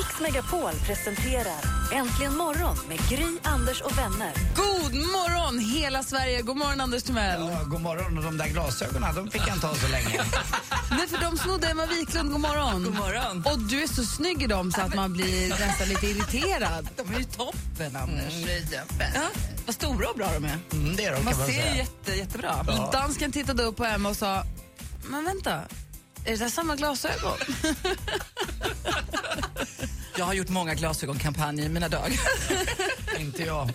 Mix Megapol presenterar Äntligen morgon med Gry, Anders och vänner. God morgon hela Sverige. God morgon Anders Timell. Ja, god morgon. Och de där glasögonen, de fick jag inte ha så länge. Nej, för de snodde Emma Wiklund. God morgon. God morgon. Och du är så snygg i dem så att man blir nästan lite irriterad. De är ju toppen, Anders. Ja, vad stora och bra de är. Det är de, Man kan man ser säga. jättebra. Ja. Dansken tittade upp på Emma och sa, men vänta, är det där samma glasögon? Jag har gjort många glasögonkampanjer i mina dagar. Inte jag.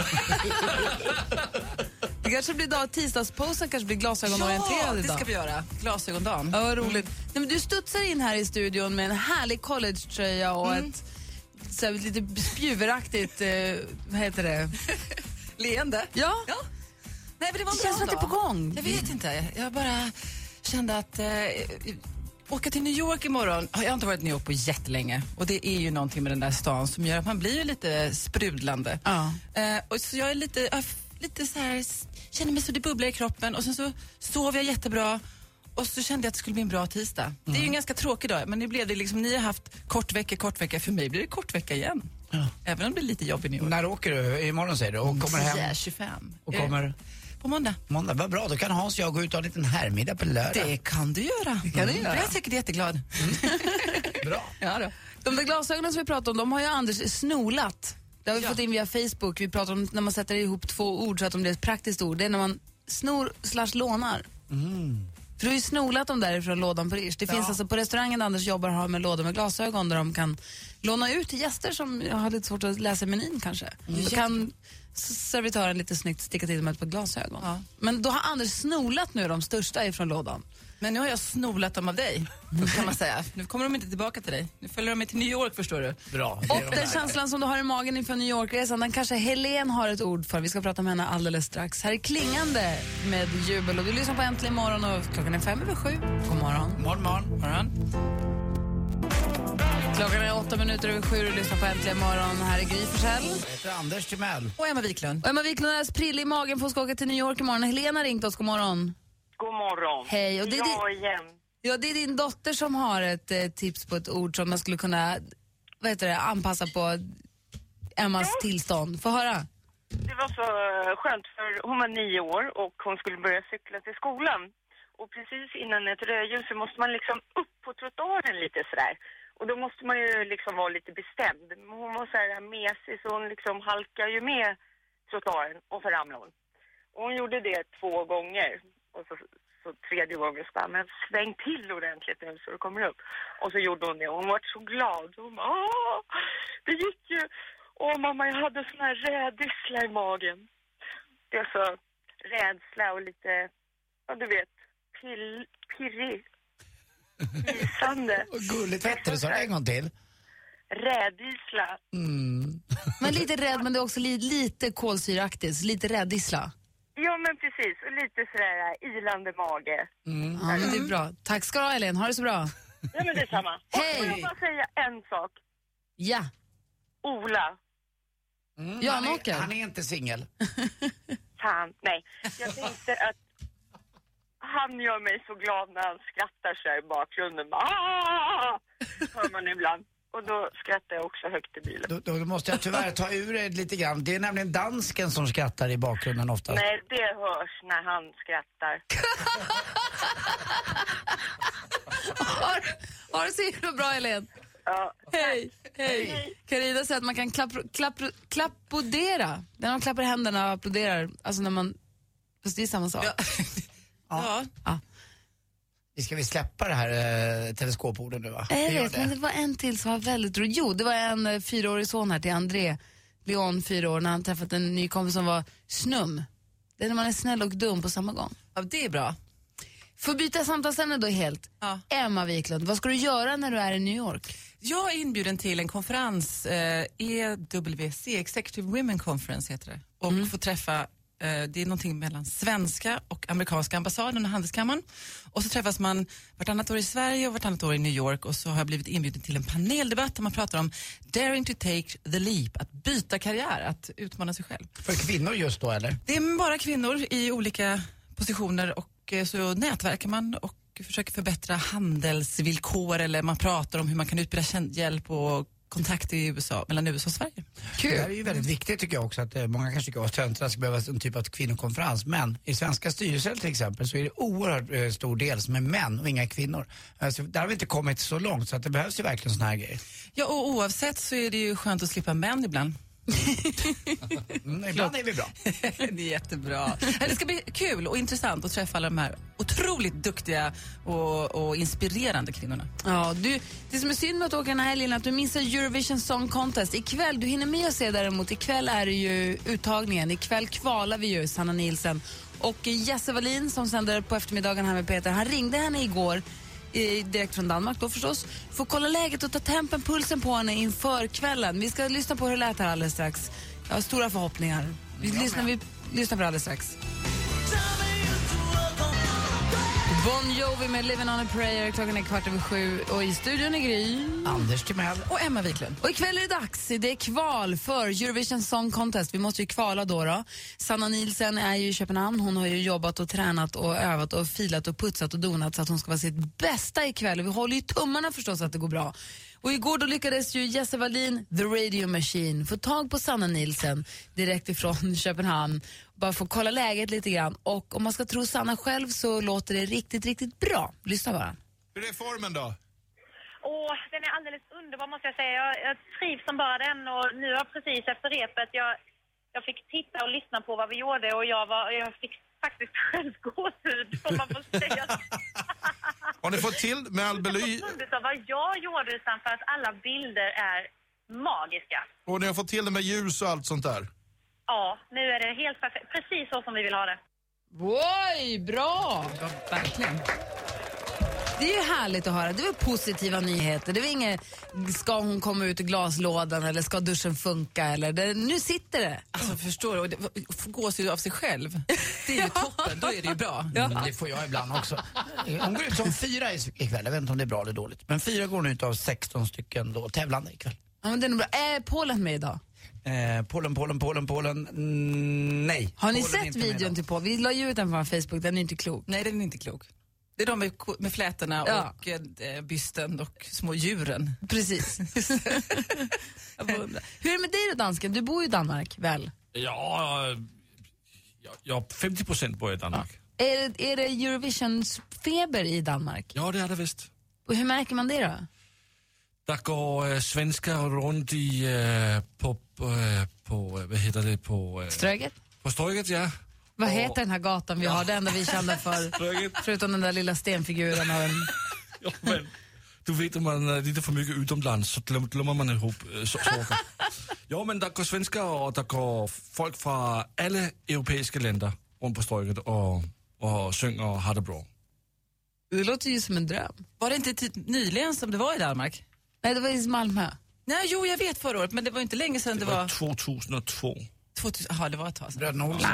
Det kanske blir tisdagsposten, kanske blir glasögonorienterad det idag. ska vi göra. Glasögondagen. Ja, vad roligt. Nej, men du studsar in här i studion med en härlig college-tröja och ett så här, lite spjuveraktigt, vad heter det? Leende. Ja. Nej, men det var Det känns som att det är på gång. Jag vet inte. Jag bara kände att åka till New York imorgon. Jag har inte varit i New York på jättelänge. Och det är ju någonting med den där stan som gör att man blir lite sprudlande. Ja. Och så jag är lite så här, känner mig så det bubblar i kroppen. Och sen så sov jag jättebra. Och så kände jag att det skulle bli en bra tisdag. Det är ju en ganska tråkig dag, men nu blev det liksom, ni har haft kort vecka. För mig blir det kort vecka igen. Ja. Även om det blir lite jobb i New York. När åker du? Imorgon säger du? Och kommer hem? 25. Och kommer? På måndag. Måndag, vad bra. Då kan Hans och jag gå ut och ha en liten härmiddag på lördag. Det kan du göra. kan du göra. Jag är säkert jätteglad. Bra. Ja då. De där glasögonen som vi pratade om, de har ju Anders snolat. Det har vi fått in via Facebook. Vi pratar om när man sätter ihop två ord så att de blir ett praktiskt ord. Det är när man snor/lånar. För du har ju snolat dem därifrån lådan på Rish. Det finns alltså på restaurangen där Anders jobbar har med lådor med glasögon där de kan låna ut till gäster som har lite svårt att läsa menyn kanske. Då kan servitören lite snyggt sticka till dem ett par glasögon. Ja. Men då har Anders snolat nu de största ifrån lådan. Men nu har jag snolat dem av dig, kan man säga. Nu kommer de inte tillbaka till dig. Nu följer de med till New York, förstår du. Bra. Och den känslan som du har i magen inför New York-resan, den kanske Helen har ett ord för. Vi ska prata med henne alldeles strax. Här är Klingande med jubel. Och du lyssnar på Äntligen morgon och klockan är 6:05. God morgon. Morgon. Klockan är 8:07 och lyssnar på Äntligen morgon. Här är Gry Forssell. Jag heter Anders Timell. Och Emma Wiklund. Och Emma Wiklund är prill i magen för att ska åka till New York imorgon. Helena har ringt oss. God morgon. God morgon. Hej. Och det är Ja, igen. Ja, det är din dotter som har ett tips på ett ord som man skulle kunna anpassa på Emmas tillstånd. Få höra. Det var så skönt för hon var 9 år och hon skulle börja cykla till skolan. Och precis innan ett rödljus så måste man liksom upp på trottoaren lite sådär. Och då måste man ju liksom vara lite bestämd. Hon var så här mesig så hon liksom halkar ju med trottoaren och så ramlade hon. Och hon gjorde det 2 gånger. Och så tredje gången så bara, men sväng till ordentligt nu så det kommer upp. Och så gjorde hon det och hon var så glad. Hon bara, det gick ju. Åh mamma, jag hade sån här rädsla i magen. Det är så rädsla och lite, ja du vet, pirrig. Isande. Och gulligt, vad heter det? Så en gång till. Rädisla. Men lite rädd, men det är också lite kolsyraktigt. Lite räddisla. Ja men precis, och lite sådär ilande mage. Ja, det är bra. Tack ska du ha, Ellen. Ha det så bra. Ja men det är samma. Hej! Och jag bara säga en sak. Ja. Ola. Janåker. Han är inte singel. Fan, nej. Jag tänkte att han gör mig så glad när han skrattar så här i bakgrunden. Hör man ibland. Och då skrattar jag också högt i bilen. Då måste jag tyvärr ta ur det lite grann. Det är nämligen dansken som skrattar i bakgrunden ofta. Nej, det hörs när han skrattar. Ha det så himla bra, Ellen. Ja. Hej. Carina säger att man kan klappodera. När man klappar händerna och applåderar. Alltså när man... Fast det är samma sak. Ja. Ska vi släppa det här teleskoporden nu, va? Jag vet, men det var en till som var väldigt rolig. Jo, det var en 4-årig son här till André. Leon, 4 år, när han träffat en ny kompis som var snum. Det är när man är snäll och dum på samma gång. Ja, det är bra. För att byta samtalsämne då helt. Ja. Emma Wiklund, vad ska du göra när du är i New York? Jag är inbjuden till en konferens, EWC, Executive Women Conference heter det. Och får träffa, det är någonting mellan svenska och amerikanska ambassaden och handelskammaren. Och så träffas man vartannat år i Sverige och vartannat år i New York. Och så har jag blivit inbjuden till en paneldebatt där man pratar om daring to take the leap, att byta karriär, att utmana sig själv. För kvinnor just då, eller? Det är bara kvinnor i olika positioner och så nätverkar man och försöker förbättra handelsvillkor eller man pratar om hur man kan utbilda hjälp och kontakt i USA, mellan USA och Sverige. Kul. Det här är ju väldigt viktigt tycker jag också, att många kanske tycker att töntarna ska behöva en typ av kvinnokonferens, men i svenska styrelser till exempel så är det oerhört stor del som är män och inga kvinnor. Så där har vi inte kommit så långt, så att det behövs ju verkligen såna här grejer. Ja, och oavsett så är det ju skönt att slippa män ibland. Ibland är vi bra. Det är jättebra. Det ska bli kul och intressant att träffa alla de här otroligt duktiga och inspirerande kvinnorna. Ja, det som är synd med att åka den här helgen är att du missar Eurovision Song Contest. Ikväll, du hinner med att se däremot, ikväll är det ju uttagningen. Ikväll kvalar vi ju Sanna Nielsen. Och Jesse Wallin som sänder på eftermiddagen här med Peter, han ringde henne igår direkt från Danmark då förstås, får kolla läget och ta tempen, pulsen på henne inför kvällen. Vi ska lyssna på hur det lät här alldeles strax. Jag har stora förhoppningar. Vi lyssnar på det alldeles strax. Bon Jovi med Living on a Prayer. Klockan är 6:15 och i studion är Gry, Anders Timell och Emma Wiklund. Och ikväll är det dags. Det är kval för Eurovision Song Contest. Vi måste ju kvala då. Sanna Nielsen är ju i Köpenhamn. Hon har ju jobbat och tränat och övat och filat och putsat och donat så att hon ska vara sitt bästa ikväll. Och vi håller ju tummarna förstås att det går bra. Och igår då lyckades ju Jesse Wallin, The Radio Machine, få tag på Sanna Nielsen direkt ifrån Köpenhamn. Bara få kolla läget lite grann. Och om man ska tro Sanna själv så låter det riktigt, riktigt bra. Lyssna bara. Hur är formen då? Den är alldeles underbar måste jag säga. Jag trivs som bara den och nu har precis efter repet jag fick titta och lyssna på vad vi gjorde och jag fick faktiskt själv gåshud om man får säga. Har ni fått till med all belys? Av vad jag gjorde utan för att alla bilder är magiska. Och ni har fått till det med ljus och allt sånt där? Ja, nu är det helt perfekt. Precis så som vi vill ha det. Oj, bra! Ja, verkligen. Det är ju härligt att höra. Det var positiva nyheter. Det var inget, ska hon komma ut i glaslådan eller ska duschen funka eller nu sitter det. Alltså förstår du, och det gås ju av sig själv. Det är ju toppen, då är det ju bra. Ja. Men det får jag ibland också. Hon går ut som 4 ikväll, jag vet inte om det är bra eller dåligt. Men 4 går hon ut av 16 stycken då, tävlande ikväll. Ja, men det är nog bra. Är Polen med idag? Polen. Nej. Har ni Polen sett videon till Polen? Vi la ju ut den på vår Facebook, den är inte klok. Nej, den är inte klok. Det är de med flätorna och bysten och små djuren. Precis. Hur är det med dig då, dansken? Du bor ju i Danmark, väl? Ja, 50% bor i Danmark. Ja. Är det Eurovision-feber i Danmark? Ja, det är det visst. Och hur märker man det då? Där går svenskar runt på vad heter det? På Ströget? På Ströget, ja. Vad heter den här gatan vi har? Det enda vi känner för, förutom den där lilla stenfiguren av en... Ja, men du vet, om man är lite för mycket utomlands så glömmer man ihop saker. Ja, men där går svenskar och där går folk från alla europeiska länder runt på Ströget och sjunger och har det bra. Det låter ju som en dröm. Var det inte nyligen som det var i Danmark? Nej, det var i Malmö. Nej, jo, jag vet förra året, men det var inte länge sedan det var... 2002. 2000, aha, det var ett tag sedan. Bröderna Olsen.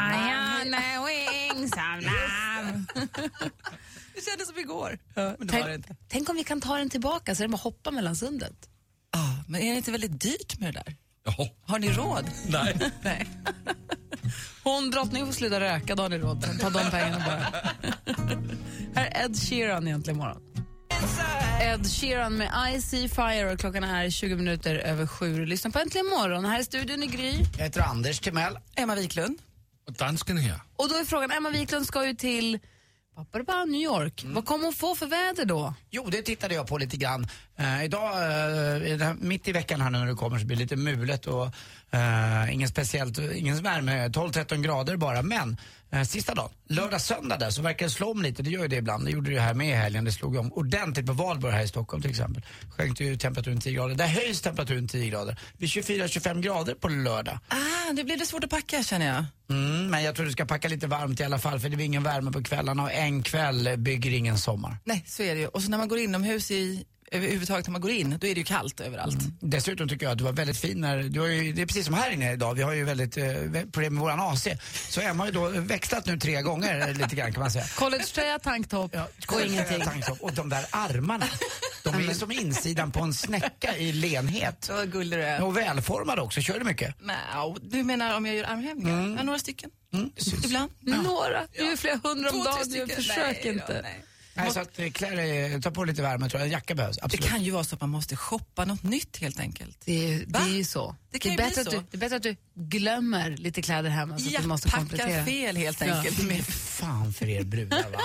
Det kändes som igår. Ja, men det var det inte. Tänk om vi kan ta den tillbaka så det bara hoppa mellan sundet. Men är det inte väldigt dyrt med det där? Ja. Har ni råd? Nej. Nej. Drottningen får sluta röka, då har ni råd. Ta de pengarna bara. Här är Ed Sheeran egentligen imorgon. Ed Sheeran med I See Fire och klockan är 7:20 Lyssna på Äntligen morgon. Här är studion i Gry. Jag heter Anders Timell. Emma Wiklund. Och dansken här. Och då är frågan, Emma Wiklund ska ju till New York. Vad kommer hon få för väder då? Jo, det tittade jag på lite grann. Idag, mitt i veckan här när du kommer så blir det lite mulet och ingen värme, 12-13 grader bara. Men sista dagen, lördag, söndag där så verkar det slå om lite. Det gör ju det ibland. Det gjorde det här med i helgen. Det slog om ordentligt på Valborg här i Stockholm till exempel. Skänkte ju temperaturen 10 grader. Där höjs temperaturen 10 grader. Vid 24-25 grader på lördag. Det blir det svårt att packa, känner jag. Men jag tror du ska packa lite varmt i alla fall, för det blir ingen värme på kvällarna och en kväll bygger ingen sommar. Nej, så är det ju. Och så när man går inomhus överhuvudtaget när man går in, då är det ju kallt överallt. Dessutom tycker jag att du var väldigt fin när, det är precis som här inne idag, vi har ju väldigt problem med våran AC. Så Emma har ju då växlat nu 3 gånger lite grann kan man säga. Collegetröja, tanktopp och ingenting. Och de där armarna, de är ju som insidan på en snäcka i lenhet. Så gullig du är. Och välformade också, kör du mycket? Nej, du menar om jag gör armhävningar? Ja, några stycken. Ibland. Några, det är ju flera hundra om dagen, stycken. försök Nej, inte. Nej. Nej, så att ta på lite värme, tror jag. En jacka behövs, absolut. Det kan ju vara så att man måste shoppa något nytt helt enkelt. Det är ju så. Det är bättre att du glömmer lite kläder hemma så att du måste komplettera. Packar fel helt enkelt. Ja. Med fan för er brudar, va?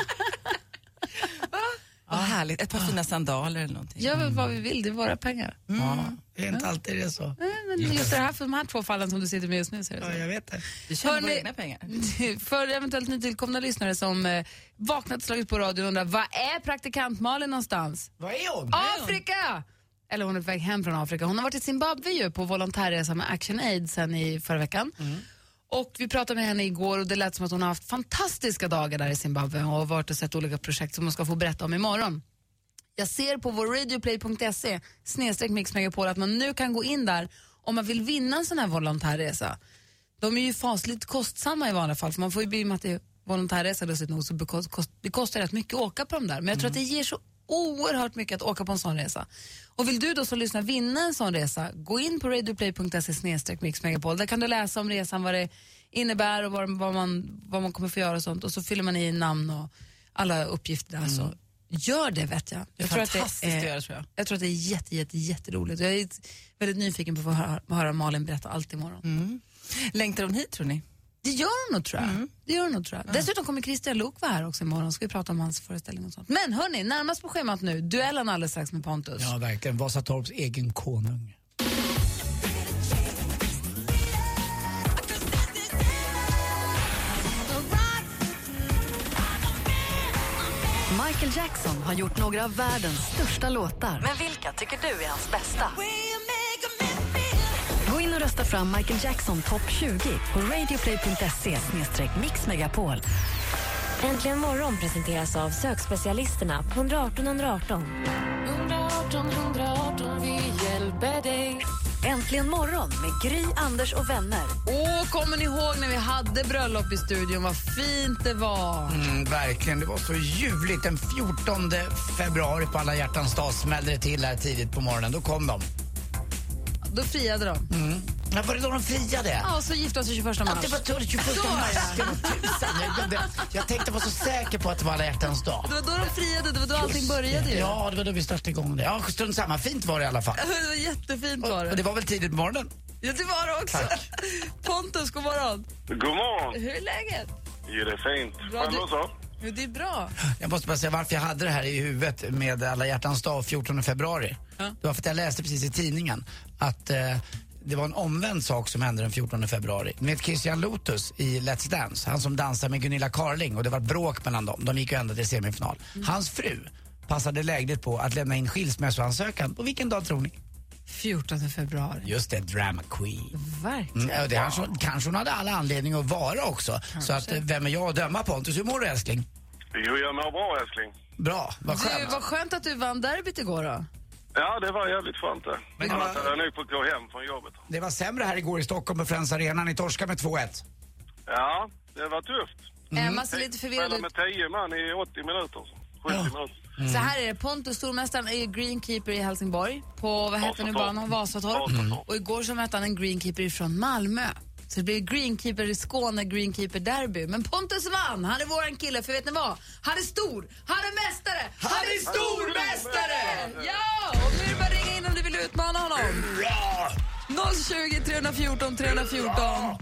Vad härligt, ett par fina sandaler eller någonting. Gör väl vad vi vill, det är våra pengar. Ja, det är inte alltid det så. Men just det här, för de här 2 fallen som du sitter med just nu så är det så. Ja, jag vet det. Vi tjänar våra egna pengar. För eventuellt nytillkomna lyssnare som vaknat slagit på radio och undrar, vad är praktikant Malin någonstans? Vad är hon? Afrika! Eller hon är på väg hem från Afrika. Hon har varit i Zimbabwe ju på volontärresa med Action Aid sen i förra veckan. Och vi pratade med henne igår och det lät som att hon har haft fantastiska dagar där i Zimbabwe och har varit och sett olika projekt som hon ska få berätta om imorgon. Jag ser på vår radioplay.se/mixmegapol att man nu kan gå in där om man vill vinna en sån här volontärresa. De är ju fasligt kostsamma i vanliga fall, för man får ju bli med att det är volontärresa dessutom, så det kostar rätt mycket att åka på dem där. Men jag tror att det ger så oerhört mycket att åka på en sån resa. Och vill du då som lyssnar vinna en sån resa, gå in på radioplay.se/mixmegapol. Där kan du läsa om resan, vad det innebär och vad man kommer få göra och sånt. Och så fyller man i namn och alla uppgifter där. Så gör det, vet jag. Jag tror att det är jätteroligt. Jag är väldigt nyfiken på att höra Malin berätta allt imorgon. Längtar hon hit, tror ni? Det gör hon nog, tror jag. Dessutom kommer Christian Luuk vara här också imorgon. Ska vi prata om hans föreställning och sånt. Men hörni, närmast på schemat nu. Duellen alldeles strax med Pontus. Ja, verkligen. Vasatorps egen konung. Michael Jackson har gjort några av världens största låtar. Men vilka tycker du är hans bästa? Gå in och rösta fram Michael Jackson topp 20 på radioplay.se/mixmegapol. Äntligen morgon presenteras av sökspecialisterna på 118 118. 118 118, vi hjälper dig. Äntligen morgon med Gry, Anders och vänner. Kommer ni ihåg när vi hade bröllop i studion? Vad fint det var. Verkligen, det var så ljuvligt. Den 14 februari på alla hjärtans dag smällde det till här tidigt på morgonen. Då kom de. Då friade de. Ja, var det då de friade? Ja, så gifte oss 21 mars. Ja, det var 21 mars. Det var tusan. Jag tänkte vara så säker på att det var alla hjärtans dag. Det var då de friade, det var då allting började ju. Ja, det var då vi startade igång det. Ja, stund samma. Fint var det i alla fall. Det var jättefint var det. Och det var väl tidigt på morgonen? Ja, det var det också. Tack. Pontus, god morgon. God morgon. Hur är läget? Jo, det är fint. Bra, det är bra. Jag måste bara säga varför jag hade det här i huvudet med alla hjärtans dag 14 februari. Ja. Det var för att jag läste precis i tidningen att det var en omvänd sak som hände den 14 februari. Ni vet Christian Lotus i Let's Dance, han som dansar med Gunilla Carling, och det var bråk mellan dem. De gick ju ända till semifinal. Hans fru passade lägligt på att lämna in skilsmässoansökan. På vilken dag tror ni? 14 februari. Just det, drama queen. Verkligen. Det kanske hon hade alla anledning att vara också. Kanske. Så att vem är jag att döma Pontus? Hur mår du, älskling? Jo, jag mår bra, älskling. Bra, vad skönt. Vad skönt att du vann derbyt igår då. Ja, det var jävligt skönt det. Men annars hade jag nog fått gå hem från jobbet. Det var sämre här igår i Stockholm på Friends Arena. Ni torskade med 2-1. Ja, det var tufft. Emma ser lite förvirrad ut. Med 10 man i 80 minuter. 70 minuter. Så här är det, Pontus, stormästaren, är ju greenkeeper i Helsingborg på, vad heter nu banan, Vasatorp. Och igår så mötte han en greenkeeper från Malmö. Så det blir greenkeeper i Skåne, greenkeeper derby. Men Pontus vann, han är våran kille, för vet ni vad? Han är stor, han är mästare, han är stormästare! Ja, och nu är det bara ringa in om du vill utmana honom. 020 314 314.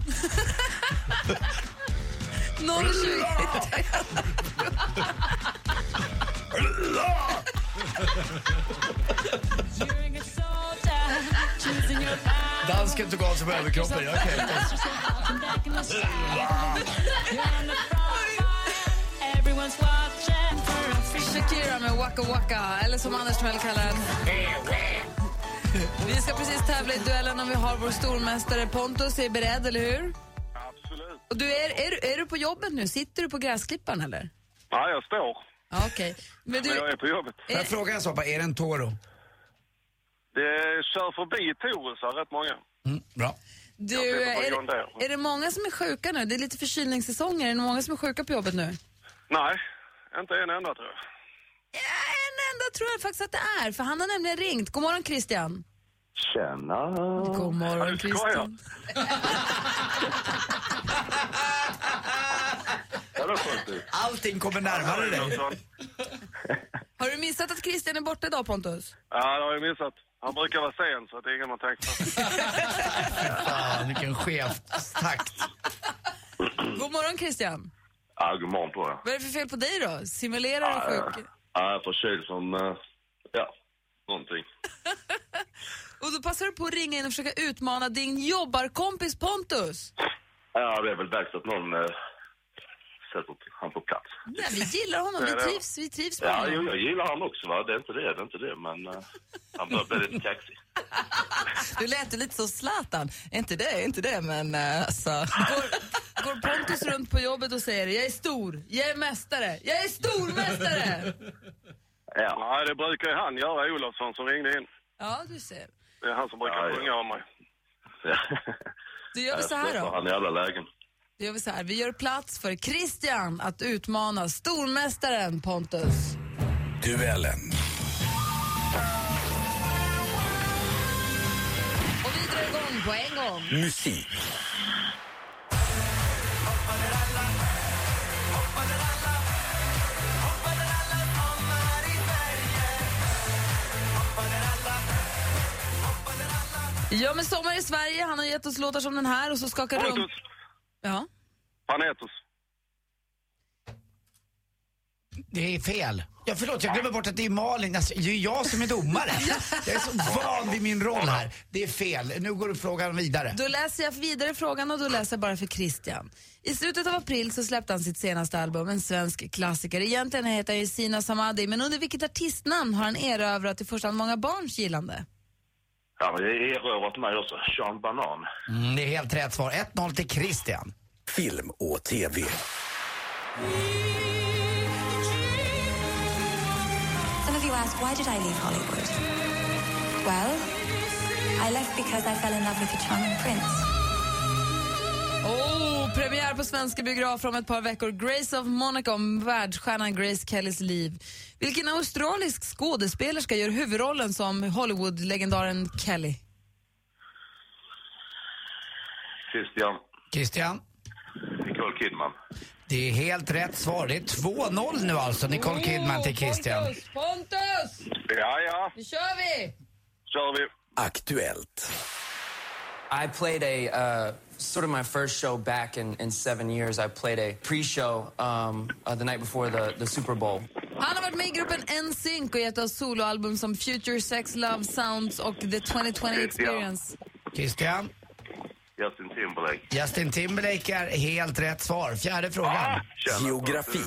020 Dansken tog av sig på överkroppen. Jag kan inte. Shakira med Waka Waka, eller som Anders Timell kallar den. Vi ska precis tävla i duellen om vi har vår stormästare. Pontus är beredd, eller hur? Absolut. Och du är du på jobbet nu? Sitter du på gräsklippan, eller? Ja, jag står. Okej. Men jag är på jobbet. Får jag fråga en sak, är det en Toro? Det kör förbi Torusar rätt många. Bra. Du, är det många som är sjuka nu? Det är lite förkylningssäsonger. Är det många som är sjuka på jobbet nu? Nej, inte en enda tror jag. Ja, en enda tror jag faktiskt att det är. För han har nämligen ringt. God morgon, Christian. Tjena. God morgon, Christian. Allting kommer närmare dig. Har du missat att Christian är borta idag, Pontus? Ja, det har jag missat. Han brukar vara sen så att det är ingen man tänker på. Fan, vilken chefstakt. God morgon, Christian. Ja, god morgon på er. Vad är det för fel på dig då? Simulerar du sjuk? Ja, jag är förkyld som, någonting. Och då passar du på att ringa in och försöka utmana din jobbarkompis Pontus. Ja, det är väl dags att någon sätter han på plats. Nej, vi gillar honom, vi trivs med honom. Ja, jag gillar han också, va? Det är inte det, men han börjar bli lite kaxig. Du lät ju lite så Zlatan. Inte det, men alltså. Går Pontus runt på jobbet och säger jag är stor, jag är mästare, jag är stormästare. Ja, det brukar ju han göra, Olofsson som ringde in. Ja, du ser. Det är han som brukar sjunga om mig. Ja. Då gör vi så här då. Han i alla lägen. Då gör vi så här, vi gör plats för Christian att utmana stormästaren Pontus. Duellen. Och vi drar igång på en gång. Musik. Ja, men Sommar i Sverige, han har gett oss låtar som den här och så skakar de... Pontus. Ja. Panetos. Det är fel. Ja, förlåt, jag glömmer bort att det är Malin. Alltså, det är jag som är domare. Jag är så van vid min roll här. Det är fel. Nu går frågan vidare. Då läser jag vidare frågan och då läser jag bara för Christian. I slutet av april så släppte han sitt senaste album, en svensk klassiker. Egentligen heter han ju Sina Samadi, men under vilket artistnamn har han erövrat i första hand många barns gillande? Ja, men det är erövrat mig också. Sean Banan. Det är helt rätt svar. 1-0 till Christian. Film och TV. Some of you ask, why did I leave Hollywood? Well, I left because I fell in love with a charming prince. Premiär på svenska biografer om ett par veckor. Grace of Monaco om världsstjärnan Grace Kellys liv. Vilken australisk skådespelerska gör huvudrollen som Hollywood-legendaren Kelly? Christian. Nicole Kidman. Det är helt rätt svar. Det är 2-0 nu alltså, Nicole Kidman till Christian. Pontus! Ja. Nu kör vi! Kör vi. Aktuellt. I played a sort of my first show back in 7 years. I played a pre-show the night before the Super Bowl. Han har varit med i gruppen NSYNC och gett oss soloalbum som Future, Sex, Love, Sounds och The 2020 Experience. Christian. Justin Timberlake är helt rätt svar. Fjärde frågan. Geografi.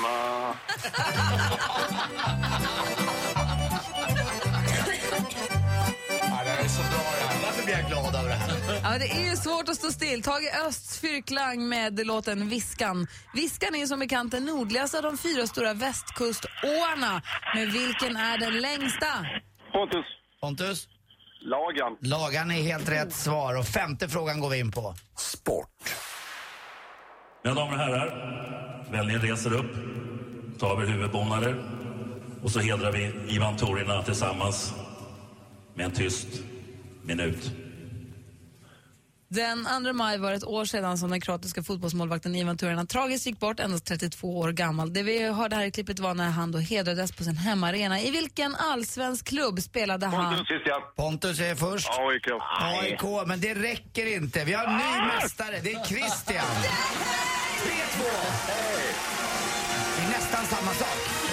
Det är så bra det här. Varför blir jag glad av det här? Ja, det är ju svårt att stå still. Tage Östs fyrklang med låten Viskan. Viskan är ju som bekant den nordligaste av de 4 stora västkuståarna. Men vilken är den längsta? Pontus. Lagan är helt rätt svar. Och 5:e frågan går vi in på. Sport. Mina damer och herrar, väljen reser upp, tar vi huvudbonader och så hedrar vi Ivan Torina tillsammans med en tyst minut. Den 2 maj var ett år sedan som den kroatiska fotbollsmålvakten Ivan Torina tragiskt gick bort, endast 32 år gammal. Det vi hörde här i klippet var när han då hedrades på sin hemmaarena. I vilken allsvensk klubb spelade han? Pontus är först. AIK, men det räcker inte. Vi har en ny mästare, det är Christian. 3-2. Det är nästan samma sak.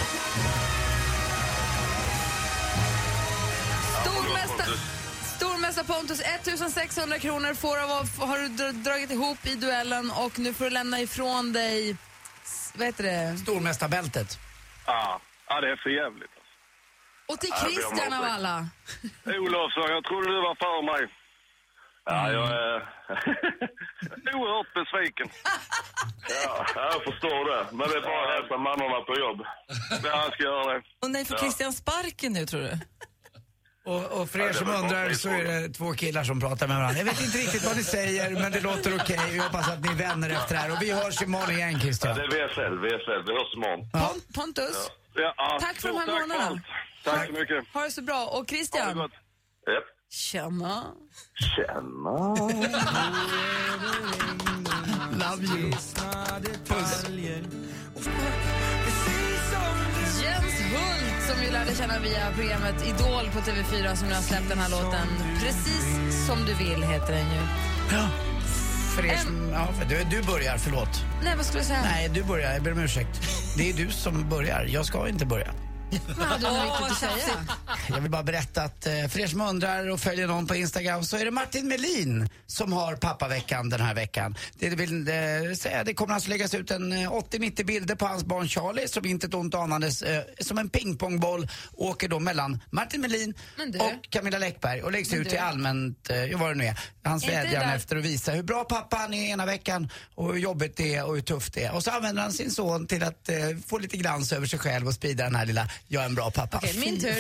Stormästare Pontus, 1600 kronor har du dragit ihop i duellen och nu får du lämna ifrån dig, vad heter det? Stormästarbältet. Ja, det är för jävligt. Och till Christian av alla. Olofsson, jag trodde du var för mig. Ja, jag är oerhört besviken. Ja, jag förstår det. Men det är bara att hälsa mammorna på jobb. Jag ska göra det. Och nej, för Christian sparken nu, tror du? Och för er som undrar så är det 2 killar som pratar med varandra. Jag vet inte riktigt vad ni säger, men det låter okej. Jag hoppas att ni är vänner efter det här. Och vi hörs imorgon igen, Christian. Ja, det är VSL. Vi hörs imorgon. Ja. Pontus, tack för de här månaderna. Tack så mycket. Ha det så bra. Och Christian. Yep. Tjena. Love you. Puss. Jens Hult som vi lärde känna via programmet Idol på TV4 som nu har släppt den här låten. Precis som du vill heter den ju. Ja. Du börjar, förlåt. Nej, vad skulle jag säga? Nej, du börjar, jag ber om ursäkt. Det är du som börjar, jag ska inte börja. Vad hade du riktigt att säga? Jag vill bara berätta att för er som undrar och följer någon på Instagram så är det Martin Melin som har pappaveckan den här veckan. Det kommer alltså läggas ut en 80-90 bilder på hans barn Charlie som inte ett ont anades som en pingpongboll åker då mellan Martin Melin och Camilla Läckberg och läggs ut till allmänt, vad det nu är, hans vädjan efter att visa hur bra pappa han är ena veckan och hur jobbigt det är och hur tufft det är. Och så använder han sin son till att få lite glans över sig själv och sprida den här lilla jag är en bra pappa. Okej, min tur.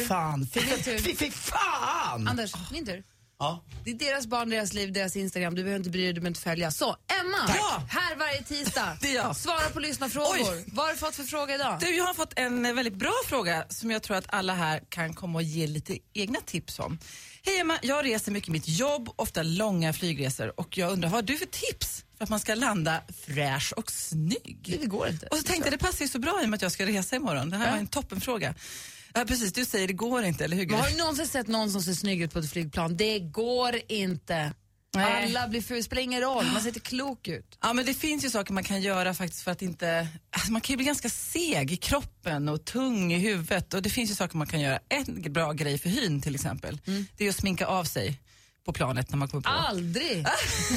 Fy fan! Anders, min tur. Ja. Det är deras barn, deras liv, deras Instagram. Du behöver inte bry dig, du behöver inte följa. Så, Emma, här varje tisdag. Det är jag. Svara på lyssnarfrågor. Oj. Vad har du fått för fråga idag? Du, jag har fått en väldigt bra fråga som jag tror att alla här kan komma och ge lite egna tips om. Hej Emma, jag reser mycket i mitt jobb, ofta långa flygresor och jag undrar, vad har du för tips för att man ska landa fräsch och snygg? Det går inte. Och så tänkte jag, det passar ju så bra i och med att jag ska resa imorgon. Det här var en toppenfråga. Ja, precis, du säger det går inte, eller hur? Har du någonsin sett någon som ser snygg ut på ett flygplan? Det går inte. Nej. Alla blir ful, spelar ingen roll, man ser inte klok ut. Ja, men det finns ju saker man kan göra faktiskt för att inte... Alltså man kan ju bli ganska seg i kroppen och tung i huvudet och det finns ju saker man kan göra. En bra grej för hyn till exempel, det är att sminka av sig på planet när man kommer på. Aldrig!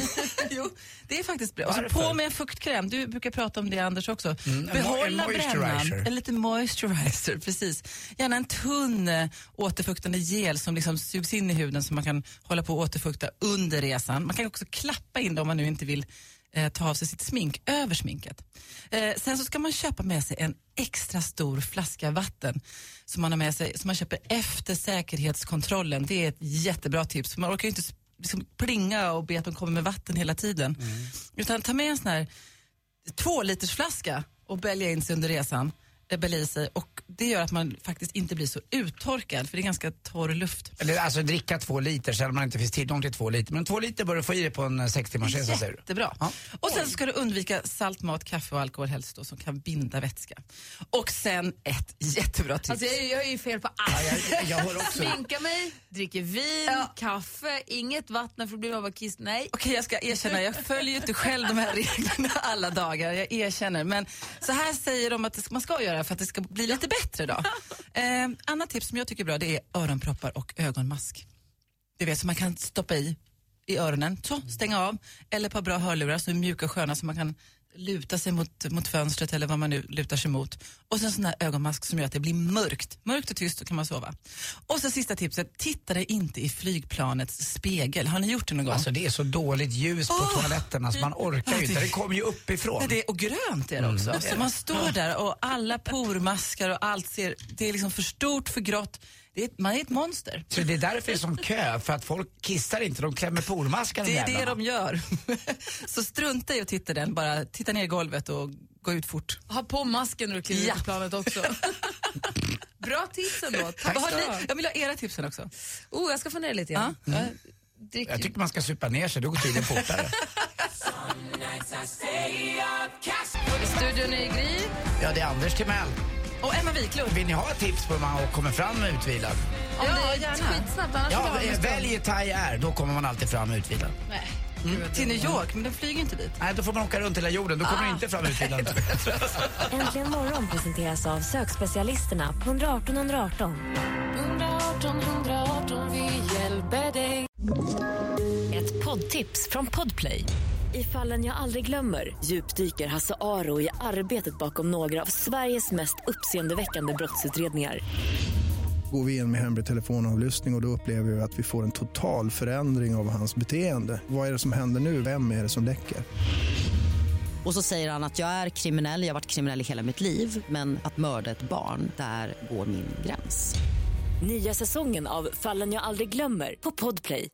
Jo, det är faktiskt bra. Och så på med en fuktkräm. Du brukar prata om det, Anders, också. Behålla brännan. En liten moisturizer, precis. Gärna en tunn återfuktande gel som liksom sugs in i huden så man kan hålla på och återfukta under resan. Man kan också klappa in det om man nu inte vill ta av sig sitt smink över sminket. Sen så ska man köpa med sig en extra stor flaska vatten som man har med sig, som man köper efter säkerhetskontrollen. Det är ett jättebra tips. Man orkar ju inte liksom plinga och be att de kommer med vatten hela tiden. Utan ta med en sån här 2-liters flaska och bälja in sig under resan. Bälja i sig, och det gör att man faktiskt inte blir så uttorkad, för det är ganska torr luft. Eller alltså dricka 2 liter så man inte finns tillgång till 2 liter. Men 2 liter bör du få i dig på en 6 timmars resa, säger du. Jättebra. Ja. Och sen ska du undvika saltmat, kaffe och alkohol helst då, som kan binda vätska. Och sen ett jättebra tips. Alltså jag är ju fel på allt. Ja, jag hör också. Sminkar mig, dricker vin, kaffe, inget vatten för att bli av att kiss. Nej. Okej, jag ska erkänna, jag följer inte själv de här reglerna alla dagar. Jag erkänner, men så här säger de att man ska göra för att det ska bli lite bättre då. Annat tips som jag tycker är bra, det är öronproppar och ögonmask. Du vet, så man kan stoppa i öronen, så stänga av, eller ett par bra hörlurar som är mjuka och sköna så man kan luta sig mot fönstret eller vad man nu lutar sig mot. Och sen sån här ögonmask som gör att det blir mörkt och tyst, så kan man sova. Och så sista tipset, titta dig inte i flygplanets spegel. Har ni gjort det någon gång? Alltså det är så dåligt ljus på toaletterna så man orkar ju inte. Det kommer ju uppifrån. Ja, och grönt är det också. Så man står där och alla pormaskar och allt ser, det är liksom för stort, för grått. Man är ett monster. Så det är därför det är som kö, för att folk kissar inte, de klämmer pormaskar. Det är det de gör. Så strunta i att titta den, bara titta ner i golvet och gå ut fort. Ha på masken när du kliver ut på planet också. Bra tips ändå. Tack. Jag vill ha era tipsen också. Jag ska få ner lite igen. Jag tycker man ska supa ner sig, då går tiden fortare. I studion är Gry. Ja, det är Anders Timell. Och Emma Wiklund. Vill ni ha ett tips på hur man kommer fram utvilad? Ja, gärna. Skitsnabbt, annars välj Thai Air, då kommer man alltid fram utvilad. Nej. Till New York, men den flyger inte dit. Nej, då får man åka runt hela jorden, då kommer du inte fram utvilad. Äntligen morgon presenteras av sökspecialisterna på 118 118. 118 118, vi hjälper dig. Ett poddtips från Podplay. I Fallen jag aldrig glömmer djupdyker Hasse Aro i arbetet bakom några av Sveriges mest uppseendeväckande brottsutredningar. Går vi in med hemlig telefonavlyssning och då upplever vi att vi får en total förändring av hans beteende. Vad är det som händer nu? Vem är det som läcker? Och så säger han att jag är kriminell, jag har varit kriminell i hela mitt liv. Men att mörda ett barn, där går min gräns. Nya säsongen av Fallen jag aldrig glömmer på Podplay.